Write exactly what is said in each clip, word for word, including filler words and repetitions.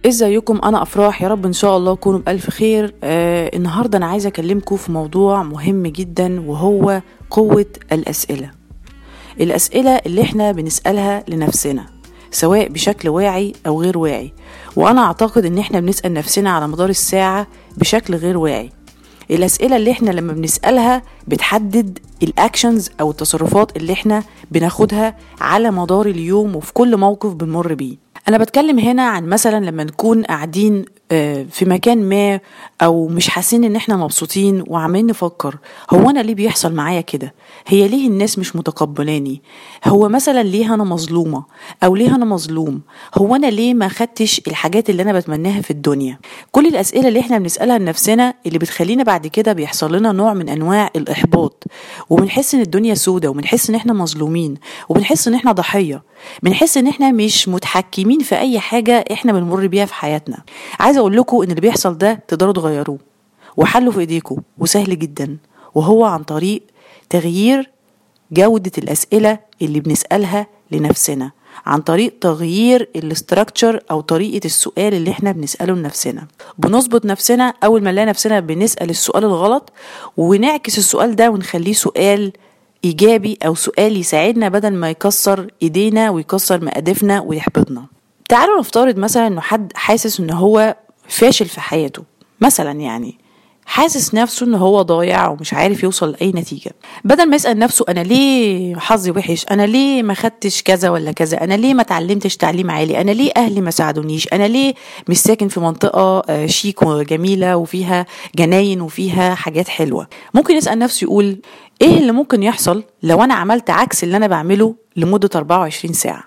ازيكم؟ انا افراح، يا رب ان شاء الله تكونوا بالف خير. آه النهارده انا عايزه اكلمكم في موضوع مهم جدا، وهو قوه الاسئله. الاسئله اللي احنا بنسالها لنفسنا سواء بشكل واعي او غير واعي، وانا اعتقد ان احنا بنسال نفسنا على مدار الساعه بشكل غير واعي. الاسئله اللي احنا لما بنسالها بتحدد الاكشنز او التصرفات اللي احنا بناخدها على مدار اليوم وفي كل موقف بنمر بيه. انا بتكلم هنا عن مثلا لما نكون قاعدين في مكان ما او مش حاسين ان احنا مبسوطين وعمالين نفكر، هو انا ليه بيحصل معايا كده؟ هي ليه الناس مش متقبلاني؟ هو مثلا ليه انا مظلومه او ليه انا مظلوم؟ هو انا ليه ما خدتش الحاجات اللي انا بتمناها في الدنيا؟ كل الاسئله اللي احنا بنسالها لنفسنا اللي بتخلينا بعد كده بيحصل لنا نوع من انواع الاحباط، وبنحس ان الدنيا سودة، وبنحس ان احنا مظلومين، وبنحس ان احنا ضحيه، بنحس ان احنا مش متحكمين في اي حاجه احنا بنمر بيها في حياتنا. عايزه اقول لكم ان اللي بيحصل ده تقدروا تغيروه، وحله في ايديكم وسهل جدا، وهو عن طريق تغيير جودة الاسئله اللي بنسالها لنفسنا، عن طريق تغيير الاستراكشر او طريقه السؤال اللي احنا بنساله لنفسنا. بنظبط نفسنا اول ما نلاقي نفسنا بنسال السؤال الغلط، ونعكس السؤال ده ونخليه سؤال ايجابي او سؤال يساعدنا بدل ما يكسر ايدينا ويكسر مقادفنا ويحبطنا. تعالوا نفترض مثلا انه حد حاسس ان هو فاشل في حياته، مثلا يعني حاسس نفسه ان هو ضايع ومش عارف يوصل لاي نتيجه. بدل ما يسال نفسه انا ليه حظي وحش، انا ليه ما خدتش كذا ولا كذا، انا ليه ما اتعلمتش تعليم عالي، انا ليه اهلي ما ساعدونيش، انا ليه مش ساكن في منطقه شيك وجميله وفيها جناين وفيها حاجات حلوه، ممكن يسال نفسه يقول ايه اللي ممكن يحصل لو انا عملت عكس اللي انا بعمله لمده أربعة وعشرين ساعه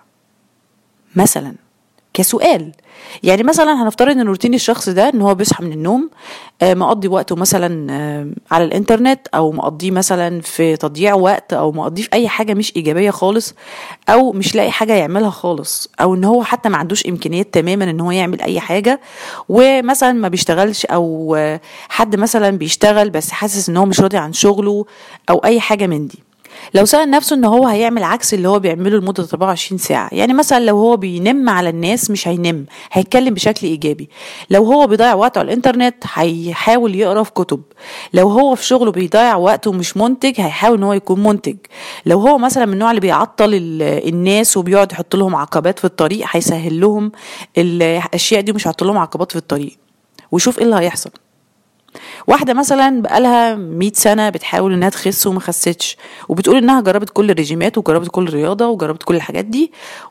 مثلا، كسؤال. يعني مثلا هنفترض ان روتين الشخص ده ان هو بيصحى من النوم آه مقضي وقته مثلا آه على الانترنت، او مقضيه مثلا في تضييع وقت، او مقضيه في اي حاجه مش ايجابيه خالص، او مش لاقي حاجه يعملها خالص، او ان هو حتى ما عندوش امكانيات تماما ان هو يعمل اي حاجه، ومثلا ما بيشتغلش، او آه حد مثلا بيشتغل بس حاسس ان هو مش راضي عن شغله او اي حاجه من دي. لو سأل نفسه ان هو هيعمل عكس اللي هو بيعمله لمدة أربعة وعشرين ساعة، يعني مثلا لو هو بينم على الناس مش هينم، هيتكلم بشكل ايجابي. لو هو بيضيع وقته على الانترنت هيحاول يقرأ في كتب. لو هو في شغله بيضيع وقته ومش منتج هيحاول ان هو يكون منتج. لو هو مثلا من النوع اللي بيعطل الناس وبيقعد يحط لهم عقبات في الطريق، هيسهل لهم الاشياء دي، مش هيحط لهم عقبات في الطريق. وشوف ايه اللي هيحصل. واحدة مثلا بقالها مئة سنة بتحاول انها تخس وما خستش، وبتقول انها جربت كل الرجيمات وجربت كل الرياضة وجربت كل الحاجات دي،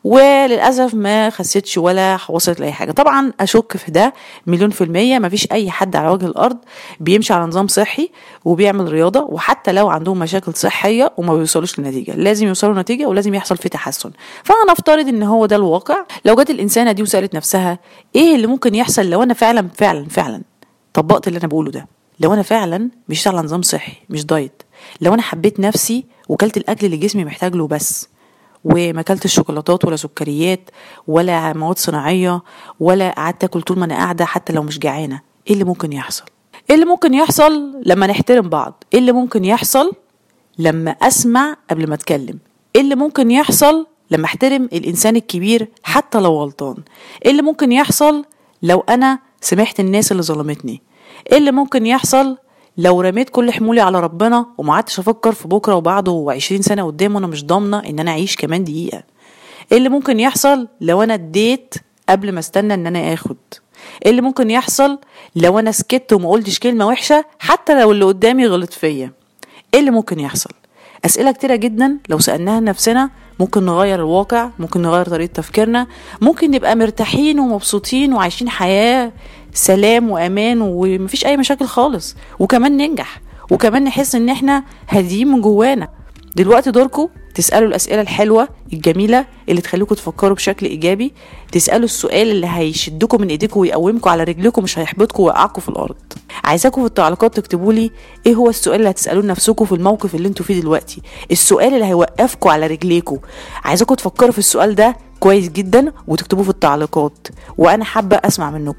وللأسف ما خستش ولا وصلت لأي حاجة. طبعا أشك في ده مليون في المية. ما فيش أي حد على وجه الأرض بيمشي على نظام صحي وبيعمل رياضة وحتى لو عندهم مشاكل صحية وما بيوصلوش لنتيجة. لازم يوصلوا نتيجة ولازم يحصل فيه تحسن. فأنا نفترض ان هو ده الواقع. لو جت الإنسانة دي وسألت نفسها ايه اللي ممكن يحصل لو أنا فعلا فعلا فعلا طبقت اللي أنا بقوله ده، لو انا فعلا مش على نظام صحي مش دايت، لو انا حبيت نفسي وكلت الاكل اللي جسمي محتاج له بس، وما كلتش شوكولاتات ولا سكريات ولا مواد صناعيه، ولا قعدت اكل طول ما انا قاعده حتى لو مش جعانه، ايه اللي ممكن يحصل؟ ايه اللي ممكن يحصل لما نحترم بعض؟ ايه اللي ممكن يحصل لما اسمع قبل ما اتكلم؟ ايه اللي ممكن يحصل لما احترم الانسان الكبير حتى لو غلطان؟ ايه اللي ممكن يحصل لو انا سمحت الناس اللي ظلمتني؟ ايه اللي ممكن يحصل لو رميت كل حمولي على ربنا وما عادش افكر في بكره وبعده وعشرين سنه قدام وانا مش ضامنه ان انا اعيش كمان دقيقه؟ ايه اللي ممكن يحصل لو انا اديت قبل ما استنى ان انا اخد؟ ايه اللي ممكن يحصل لو انا سكت وما قلتش كلمه وحشه حتى لو اللي قدامي غلط فيا؟ ايه اللي ممكن يحصل؟ اسئله كتيره جدا لو سالناها لنفسنا ممكن نغير الواقع، ممكن نغير طريقه تفكيرنا، ممكن نبقى مرتاحين ومبسوطين وعايشين حياه سلام وامان ومفيش اي مشاكل خالص، وكمان ننجح، وكمان نحس ان احنا هاديين من جوانا. دلوقتي دوركم تسألوا الأسئلة الحلوة الجميلة اللي تخليكم تفكروا بشكل إيجابي، تسألوا السؤال اللي هيشدكم من إيديكم ويقومكم على رجلكم، مش هيحبطكم ويوقعكم في الأرض. عايزاكم في التعليقات تكتبوا لي إيه هو السؤال اللي هتسألوه لنفسكم في الموقف اللي انتوا فيه دلوقتي، السؤال اللي هيوقفكم على رجليكم. عايزاكم تفكروا في السؤال ده كويس جدا وتكتبوه في التعليقات، وأنا حابة أسمع منكم.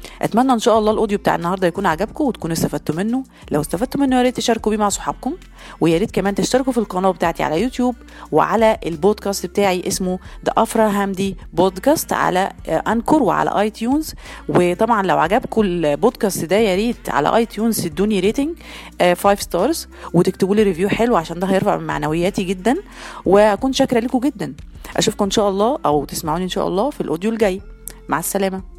اتمنى ان شاء الله الاوديو بتاع النهارده يكون عجبكم وتكونوا استفدتوا منه. لو استفدتوا منه يا ريت تشاركوا بيه مع صحابكم، ويا ريت كمان تشتركوا في القناه بتاعتي على يوتيوب وعلى البودكاست بتاعي اسمه ذا افرا هامدي بودكاست على انكور وعلى اي تيونز. وطبعا لو عجبكم البودكاست ده يا ريت على اي تيونز تدوني ريتنج خمسة ستارز وتكتبوا لي ريفيو حلو عشان ده هيرفع من معنوياتي جدا، واكون شاكره لكم جدا. اشوفكم ان شاء الله او تسمعوني ان شاء الله في الاوديو الجاي. مع السلامه.